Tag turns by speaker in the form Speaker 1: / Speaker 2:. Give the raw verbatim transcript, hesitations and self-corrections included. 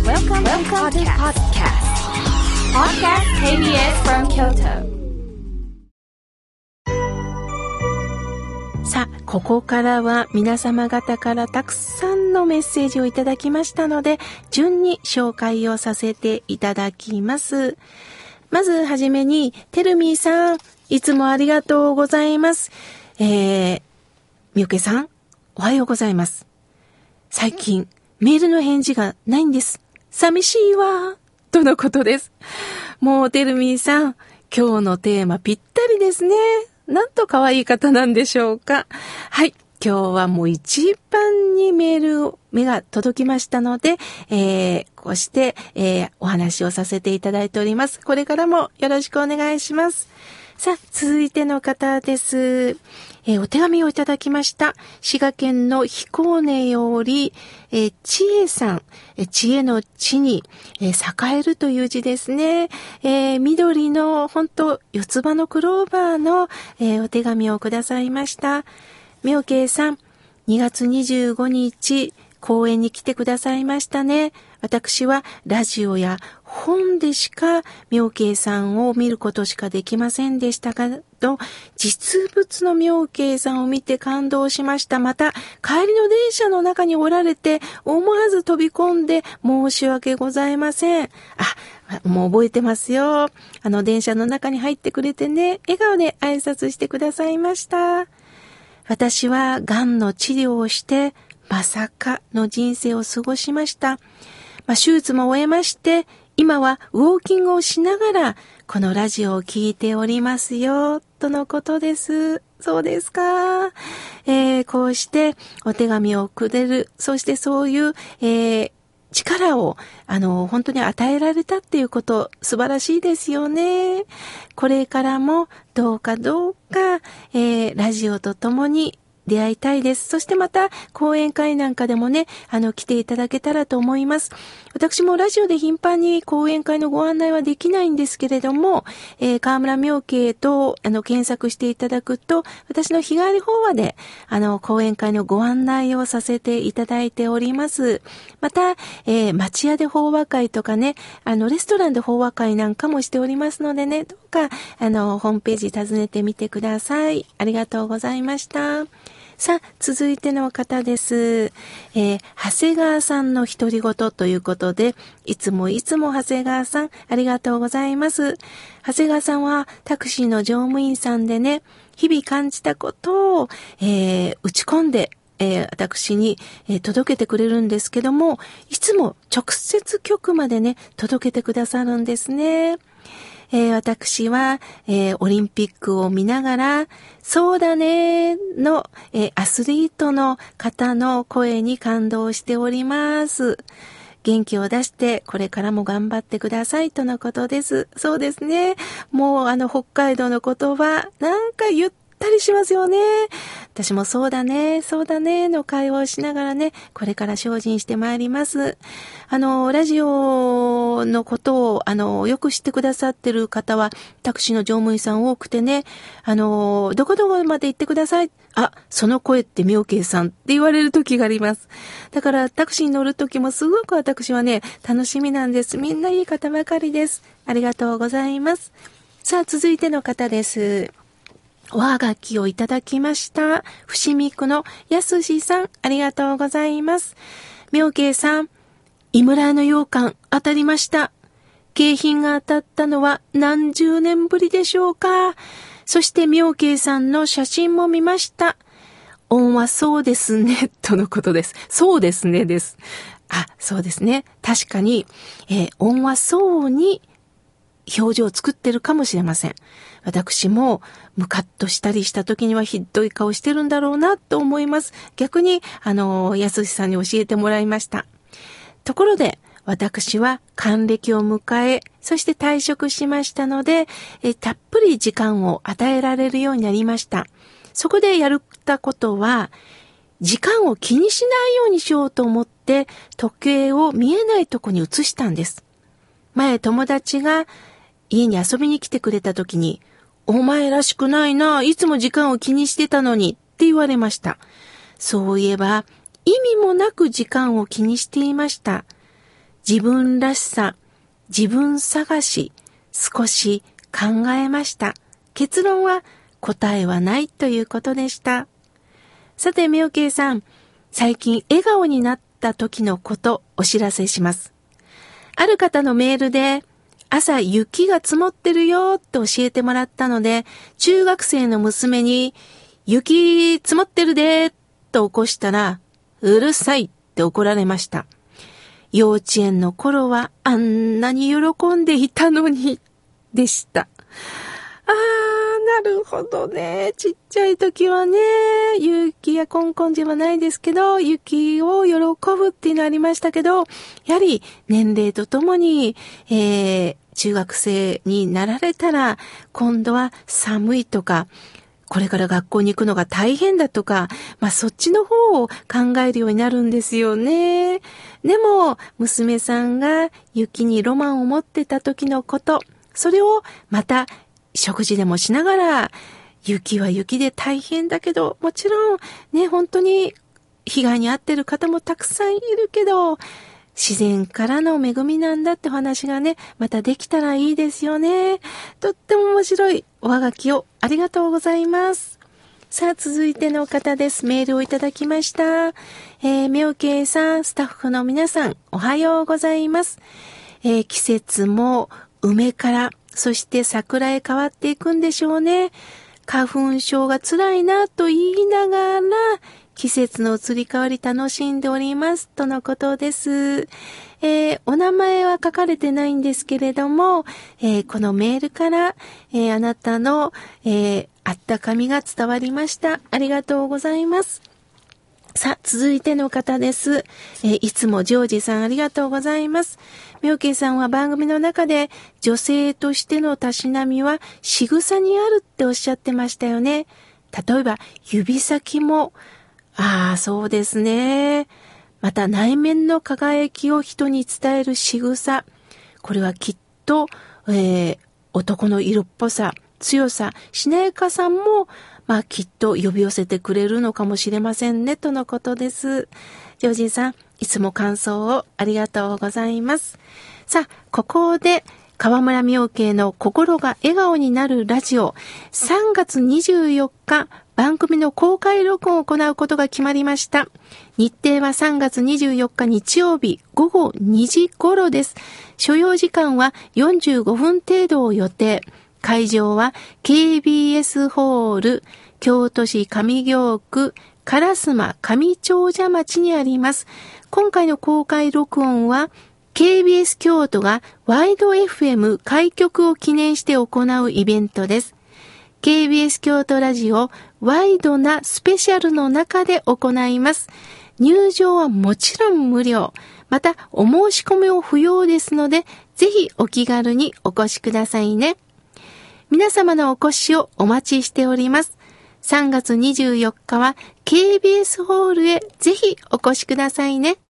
Speaker 1: Welcome, Welcome to podcast. Podcast ケービーエス from Kyoto.
Speaker 2: さあ、ここからは皆様方からたくさんのメッセージをいただきましたので、順に紹介をさせていただきます。まずはじめに、てるみーさん、いつもありがとうございます。えー、みゆけさん、おはようございます。最近、メールの返事がないんです。寂しいわ、とのことです。もうてるみーさん、今日のテーマぴったりですね。なんと可愛い方なんでしょうか。はい。今日はもう一番にメールを、目が届きましたので、えー、こうして、えー、お話をさせていただいております。これからもよろしくお願いします。さあ、続いての方です。えー、お手紙をいただきました。滋賀県の彦根より、えー、ちえさん、えー、知恵の地に、えー、栄えるという字ですね。えー、緑の本当四つ葉のクローバーの、えー、お手紙をくださいました。みょうけいさん、にがつにじゅうごにち、公演に来てくださいましたね。私はラジオや本でしか妙慶さんを見ることしかできませんでしたが、実物の妙慶さんを見て感動しました。また、帰りの電車の中におられて思わず飛び込んで申し訳ございません。あ、もう覚えてますよ。あの電車の中に入ってくれてね、笑顔で挨拶してくださいました。私は癌の治療をしてまさかの人生を過ごしました。まあ、手術も終えまして、今はウォーキングをしながらこのラジオを聞いておりますよ、とのことです。そうですか。えー、こうしてお手紙をくれる、そしてそういう、えー、力をあの本当に与えられたっていうこと、素晴らしいですよね。これからもどうかどうか、えー、ラジオとともに出会いたいです。そしてまた講演会なんかでもね、あの来ていただけたらと思います。私もラジオで頻繁に講演会のご案内はできないんですけれども、えー、河村妙慶とあの検索していただくと、私の日帰り法話であの講演会のご案内をさせていただいております。また、えー、町屋で法話会とかね、あのレストランで法話会なんかもしておりますのでね、どうかあのホームページ訪ねてみてください。ありがとうございました。さあ、続いての方です。えー、長谷川さんの独り言ということで、いつもいつも長谷川さん、ありがとうございます。長谷川さんはタクシーの乗務員さんでね、日々感じたことを、えー、打ち込んで、えー、私に、えー、届けてくれるんですけども、いつも直接局までね、届けてくださるんですね。えー、私は、えー、オリンピックを見ながら、そうだねの、えー、アスリートの方の声に感動しております。元気を出してこれからも頑張ってくださいとのことです。そうですね。もうあの北海道の言葉、なんか言ったりしますよね。私もそうだね、そうだねの会話をしながらね、これから精進してまいります。あの、ラジオのことを、あの、よく知ってくださってる方は、タクシーの乗務員さん多くてね、あの、どこどこまで行ってください。あ、その声って妙慶さんって言われる時があります。だからタクシーに乗る時もすごく私はね、楽しみなんです。みんないい方ばかりです。ありがとうございます。さあ、続いての方です。おはがきをいただきました。伏見区のやすしさん、ありがとうございます。妙慶さん、井村屋の羊羹当たりました。景品が当たったのは何十年ぶりでしょうか。そして妙慶さんの写真も見ました。音はそうですね、とのことです。そうですねです。あ、そうですね。確かに、えー、音はそうに表情を作ってるかもしれません。私もムカッとしたりした時にはひどい顔してるんだろうなと思います。逆に、あの、やすしさんに教えてもらいました。ところで、私は還暦を迎え、そして退職しましたので、えたっぷり時間を与えられるようになりました。そこでやったことは、時間を気にしないようにしようと思って、時計を見えないとこに移したんです。前、友達が家に遊びに来てくれた時に、お前らしくないな、いつも時間を気にしてたのにって言われました。そういえば、意味もなく時間を気にしていました。 自分らしさ、自分探し、少し考えました。結論は答えはないということでした。さて、みおけいさん、最近笑顔になった時のことお知らせします。ある方のメールで、朝雪が積もってるよって教えてもらったので、中学生の娘に、雪積もってるでーと起こしたら、うるさいって怒られました。幼稚園の頃はあんなに喜んでいたのに、でした。あー、なるほどね。ちっちゃい時はね、雪やコンコンではないですけど、雪を喜ぶっていうのありましたけど、やはり年齢とともに、えー、中学生になられたら、今度は寒いとか、これから学校に行くのが大変だとか、まあそっちの方を考えるようになるんですよね。でも、娘さんが雪にロマンを持ってた時のこと、それをまた食事でもしながら、雪は雪で大変だけど、もちろんね、本当に被害に遭ってる方もたくさんいるけど、自然からの恵みなんだってお話がね、またできたらいいですよね。とっても面白いおはがきをありがとうございます。さあ、続いての方です。メールをいただきました。えー、みょうけいさん、スタッフの皆さん、おはようございます。えー、季節も梅から、そして桜へ変わっていくんでしょうね。花粉症が辛いなと言いながら、季節の移り変わり楽しんでおりますとのことです。えー、お名前は書かれてないんですけれども、えー、このメールから、えー、あなたの、えー、あったかみが伝わりました。ありがとうございます。さあ、続いての方です。えー、いつもジョージさんありがとうございます。みょうけいさんは番組の中で女性としてのたしなみは仕草にあるっておっしゃってましたよね。例えば指先も、ああ、そうですね。また内面の輝きを人に伝える仕草。これはきっと、えー、男の色っぽさ、強さ、しなやかさも、まあきっと呼び寄せてくれるのかもしれませんね、とのことです。ジョージさん、いつも感想をありがとうございます。さあ、ここで、河村明慶の心が笑顔になるラジオ、さんがつにじゅうよっか、番組の公開録音を行うことが決まりました。日程はさんがつにじゅうよっか日曜日ごごにじ頃です。所要時間はよんじゅうごふん程度を予定。会場は ケービーエス ホール、京都市上京区烏丸上長者町にあります。今回の公開録音はケービーエス 京都がワイド エフエム 開局を記念して行うイベントです。ケービーエス 京都ラジオワイドなスペシャルの中で行います。入場はもちろん無料。またお申し込みを不要ですので、ぜひお気軽にお越しくださいね。皆様のお越しをお待ちしております。さんがつにじゅうよっかは ケービーエス ホールへぜひお越しくださいね。